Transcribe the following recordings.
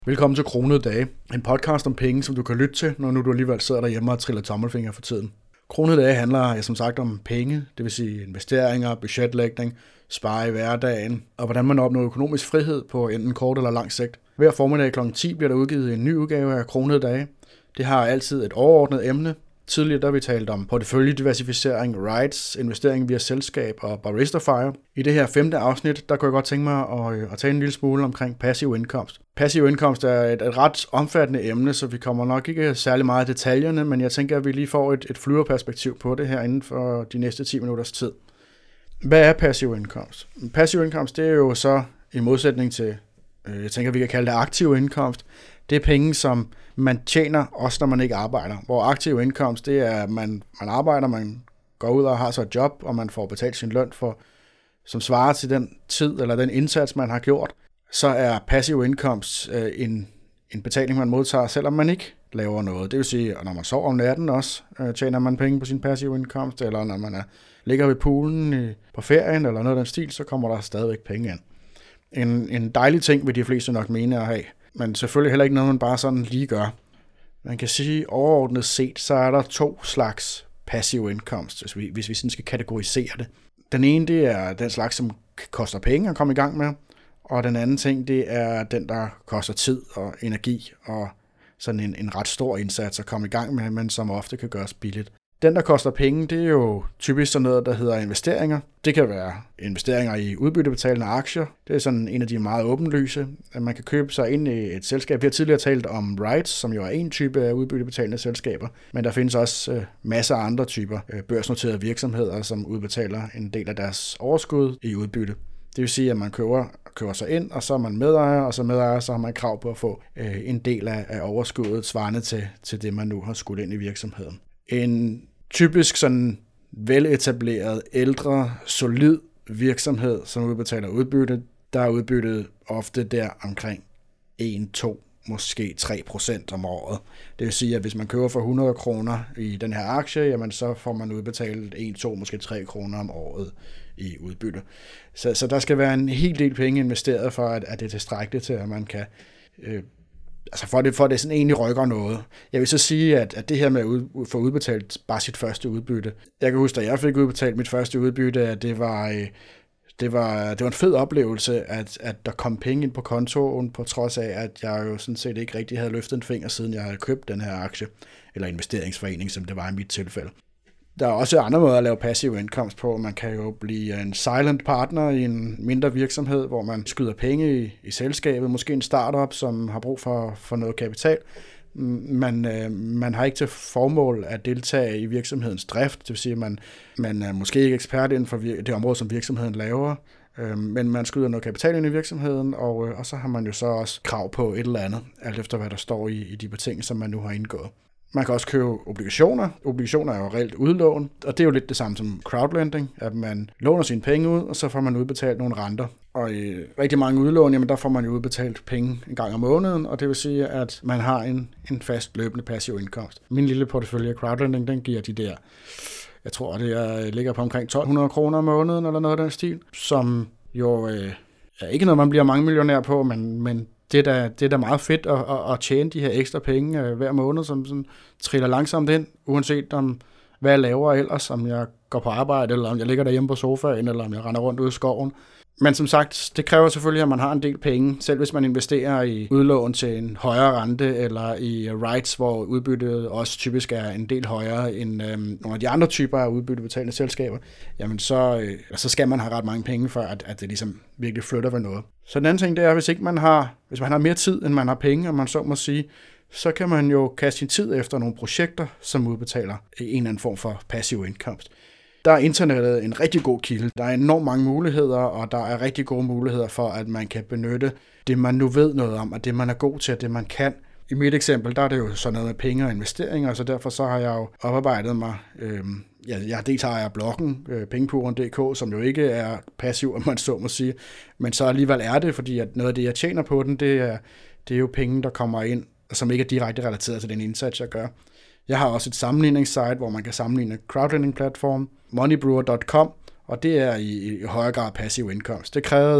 Velkommen til Kronede Dage, en podcast om penge, som du kan lytte til, når nu du alligevel sidder derhjemme og triller tommelfinger for tiden. Kronede Dage handler, som sagt, om penge, det vil sige investeringer, budgetlægning, spare i hverdagen, og hvordan man opnår økonomisk frihed på enten kort eller lang sigt. Hver formiddag kl. 10 bliver der udgivet en ny udgave af Kronede Dage. Det har altid et overordnet emne. Tidligere der har vi talt om porteføljediversificering, rights, investering via selskab og Baristafire. I det her 5. afsnit, der kunne jeg godt tænke mig at tale en lille smule omkring passiv indkomst. Passiv indkomst er et ret omfattende emne, så vi kommer nok ikke særlig meget i detaljerne, men jeg tænker, at vi lige får et flyverperspektiv på det her inden for de næste 10 minutters tid. Hvad er passiv indkomst? Passiv indkomst, det er jo så i modsætning til, jeg tænker, vi kan kalde det aktiv indkomst. Det er penge, som man tjener, også når man ikke arbejder. Hvor aktiv indkomst, det er, at man arbejder, man går ud og har så et job, og man får betalt sin løn, som svarer til den tid eller den indsats, man har gjort. Så er passiv indkomst en betaling, man modtager, selvom man ikke laver noget. Det vil sige, at når man sover om natten også, tjener man penge på sin passiv indkomst, eller når man ligger ved poolen på ferien, eller noget af den stil, så kommer der stadigvæk penge ind. En dejlig ting vil de fleste nok mene at have, men selvfølgelig heller ikke noget, man bare sådan lige gør. Man kan sige, overordnet set, så er der 2 slags passiv indkomst, hvis vi sådan skal kategorisere det. Den ene, det er den slags, som koster penge at komme i gang med, og den anden ting, det er den, der koster tid og energi, og sådan en ret stor indsats at komme i gang med, men som ofte kan gøres billigt. Den, der koster penge, det er jo typisk sådan noget, der hedder investeringer. Det kan være investeringer i udbyttebetalende aktier. Det er sådan en af de meget åbenlyse, at man kan købe sig ind i et selskab. Vi har tidligere talt om rights, som jo er en type af udbyttebetalende selskaber, men der findes også masser af andre typer børsnoterede virksomheder, som udbetaler en del af deres overskud i udbytte. Det vil sige, at man køber sig ind, og så er man medejer, og så medejer, så har man krav på at få en del af overskuddet svarende til det, man nu har skudt ind i virksomheden. En typisk sådan veletableret, ældre, solid virksomhed, som udbetaler udbytte, der er udbyttet ofte der omkring 1, 2, måske 3% om året. Det vil sige, at hvis man køber for 100 kroner i den her aktie, jamen så får man udbetalt 1, 2, måske 3 kroner om året i udbytte. Så der skal være en hel del penge investeret for, at det er tilstrækkeligt til, at man kan for at det sådan egentlig rykker noget. Jeg vil så sige, at det her med at få udbetalt bare sit første udbytte. Jeg kan huske, da jeg fik udbetalt mit første udbytte, at det var en fed oplevelse, at der kom penge ind på kontoen, på trods af, at jeg jo sådan set ikke rigtig havde løftet en finger, siden jeg havde købt den her aktie, eller investeringsforening, som det var i mit tilfælde. Der er også andre måder at lave passiv indkomst på. Man kan jo blive en silent partner i en mindre virksomhed, hvor man skyder penge i selskabet. Måske en startup, som har brug for noget kapital. Man har ikke til formål at deltage i virksomhedens drift. Det vil sige, at man er måske ikke ekspert inden for det område, som virksomheden laver. Men man skyder noget kapital ind i virksomheden, og så har man jo så også krav på et eller andet, alt efter hvad der står i de betingelser, man nu har indgået. Man kan også købe obligationer. Obligationer er jo reelt udlån, og det er jo lidt det samme som crowdlending, at man låner sine penge ud, og så får man udbetalt nogle renter. Og i rigtig mange udlån, jamen der får man jo udbetalt penge en gang om måneden, og det vil sige, at man har en fast løbende passiv indkomst. Min lille portefølje af crowdlending, den giver de der, jeg tror, det ligger på omkring 1.200 kroner om måneden, eller noget af den stil, som jo er ikke noget, man bliver mange millionær på, men det er da meget fedt at tjene de her ekstra penge hver måned, som sådan triller langsomt ind, uanset hvad jeg laver ellers, om jeg går på arbejde, eller om jeg ligger derhjemme på sofaen, eller om jeg render rundt ude i skoven. Men som sagt, det kræver selvfølgelig, at man har en del penge, selv hvis man investerer i udlån til en højere rente, eller i rights, hvor udbyttet også typisk er en del højere end nogle af de andre typer af udbyttebetalende selskaber, jamen så skal man have ret mange penge, for at det ligesom virkelig flytter ved noget. Så den anden ting, det er, hvis man har mere tid, end man har penge, og man så må sige, så kan man jo kaste sin tid efter nogle projekter, som udbetaler en eller anden form for passiv indkomst. Der er internettet en rigtig god kilde. Der er enormt mange muligheder, og der er rigtig gode muligheder for, at man kan benytte det, man nu ved noget om, og det, man er god til, og det, man kan. I mit eksempel, der er det jo sådan noget med penge og investeringer, så derfor så har jeg jo oparbejdet mig. Jeg deltager af bloggen, pengepuren.dk, som jo ikke er passiv, om man så må sige, men så alligevel er det, fordi at noget af det, jeg tjener på den, det er jo penge, der kommer ind, som ikke er direkte relateret til den indsats, jeg gør. Jeg har også et sammenligningssite, hvor man kan sammenligne crowdlending-platform, moneybrewer.com, og det er i højere grad passiv indkomst. Det krævede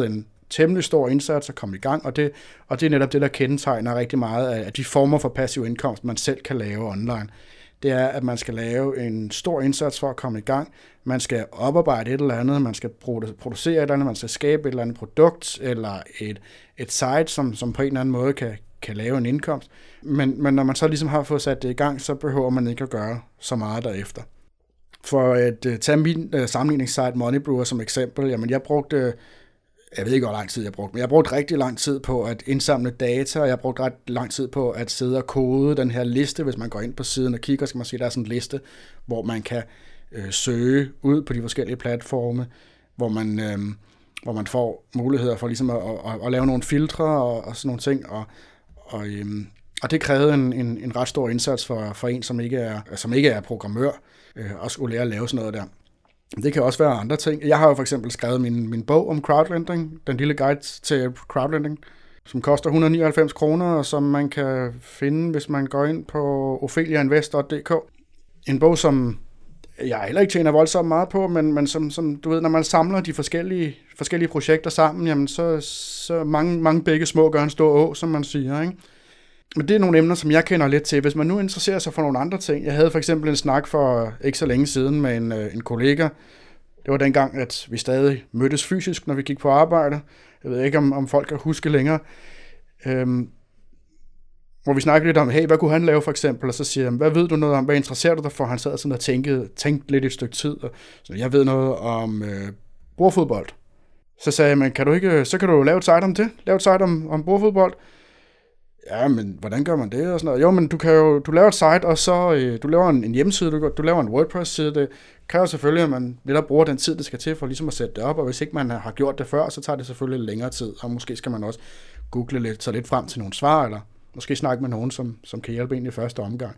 temmelig stor indsats at komme i gang, og det er netop det, der kendetegner rigtig meget af de former for passiv indkomst, man selv kan lave online. Det er, at man skal lave en stor indsats for at komme i gang. Man skal oparbejde et eller andet, man skal producere et eller andet, man skal skabe et eller andet produkt, eller et site, som på en eller anden måde kan lave en indkomst. Men når man så ligesom har fået sat det i gang, så behøver man ikke at gøre så meget derefter. For at tage min sammenligningssite Moneybrewer som eksempel, jamen jeg ved ikke, hvor lang tid jeg brugte, men jeg brugte rigtig lang tid på at indsamle data, og jeg brugte ret lang tid på at sidde og kode den her liste. Hvis man går ind på siden og kigger, skal man se, der er sådan en liste, hvor man kan søge ud på de forskellige platforme, hvor man får muligheder for ligesom at lave nogle filtre og sådan nogle ting, og det krævede en ret stor indsats for en, som ikke er programmør, at skulle lære at lave sådan noget der. Det kan også være andre ting. Jeg har jo for eksempel skrevet min bog om crowdlending, den lille guide til crowdlending, som koster 199 kroner, og som man kan finde, hvis man går ind på opheliainvest.dk. En bog, som jeg heller ikke tjener voldsomt meget på, men som du ved, når man samler de forskellige projekter sammen, jamen så mange begge små gør en stor å, som man siger, ikke? Men det er nogle emner, som jeg kender lidt til. Hvis man nu interesserer sig for nogle andre ting. Jeg havde for eksempel en snak for ikke så længe siden med en kollega. Det var dengang, at vi stadig mødtes fysisk, når vi gik på arbejde. Jeg ved ikke, om folk kan huske længere. Hvor vi snakkede lidt om, hey, hvad kunne han lave for eksempel? Og så siger han, hvad ved du noget om, hvad interesserer du dig for? Han sad sådan og tænkte lidt et stykke tid. Og så jeg ved noget om bordfodbold. Så sagde jeg, men så kan du lave et site om det. Lave et site om bordfodbold. Ja, men hvordan gør man det og sådan noget? Jo, men du laver et site, og så du laver en hjemmeside, du laver en WordPress-side. Det kræver selvfølgelig, at man netop bruger den tid, det skal til for ligesom at sætte det op, og hvis ikke man har gjort det før, så tager det selvfølgelig længere tid, og måske skal man også google lidt frem til nogle svar, eller måske snakke med nogen, som kan hjælpe en i første omgang.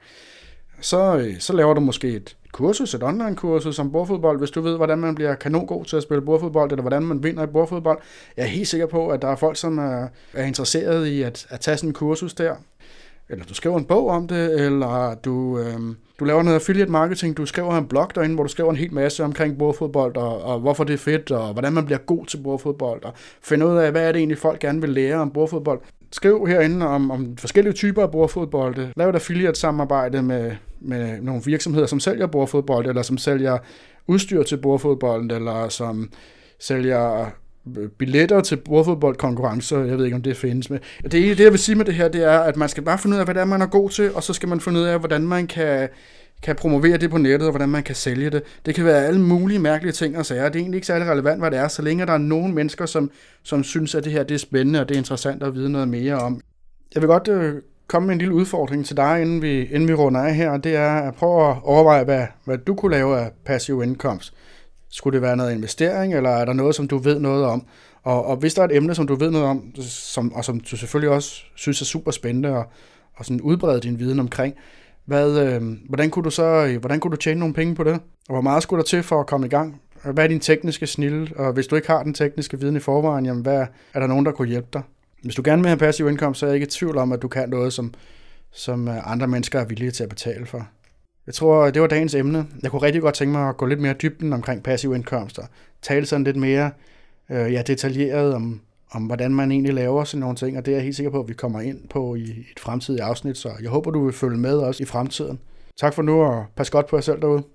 Så laver du måske et kursus, et online-kursus om bordfodbold, hvis du ved, hvordan man bliver kanongod til at spille bordfodbold, eller hvordan man vinder i bordfodbold. Jeg er helt sikker på, at der er folk, som er interesseret i at tage sådan en kursus der. Eller du skriver en bog om det, eller du laver noget affiliate marketing, du skriver en blog derinde, hvor du skriver en hel masse omkring bordfodbold, og hvorfor det er fedt, og hvordan man bliver god til bordfodbold, og finder ud af, hvad er det egentlig, folk gerne vil lære om bordfodbold. Skriv herinde om forskellige typer af bordfodbold. Lav et affiliate-samarbejde med nogle virksomheder, som sælger bordfodbold, eller som sælger udstyr til bordfodbold, eller som sælger billetter til bordfodboldkonkurrencer. Jeg ved ikke, om det findes med. Det jeg vil sige med det her, det er, at man skal bare finde ud af, hvad det er, man er god til, og så skal man finde ud af, hvordan man kan promovere det på nettet, og hvordan man kan sælge det. Det kan være alle mulige mærkelige ting og sager. Det er egentlig ikke særlig relevant, hvad det er, så længe der er nogle mennesker, som synes, at det her det er spændende, og det er interessant at vide noget mere om. Jeg vil godt komme med en lille udfordring til dig, inden vi runder af her, og det er at prøve at overveje, hvad du kunne lave af passiv indkomst. Skulle det være noget investering, eller er der noget, som du ved noget om? Og hvis der er et emne, som du ved noget om, som du selvfølgelig også synes er super spændende, og sådan udbrede din viden omkring, hvordan kunne du tjene nogle penge på det? Og hvor meget skulle der til for at komme i gang? Hvad er din tekniske snilde? Og hvis du ikke har den tekniske viden i forvejen, jamen er der nogen, der kunne hjælpe dig? Hvis du gerne vil have passiv indkomst, så er jeg ikke i tvivl om, at du kan noget, som andre mennesker er villige til at betale for. Jeg tror, det var dagens emne. Jeg kunne rigtig godt tænke mig at gå lidt mere dybden omkring passiv indkomst og tale sådan lidt mere detaljeret om hvordan man egentlig laver sådan nogle ting, og det er jeg helt sikker på, at vi kommer ind på i et fremtidigt afsnit, så jeg håber, du vil følge med også i fremtiden. Tak for nu, og pas godt på jer selv derude.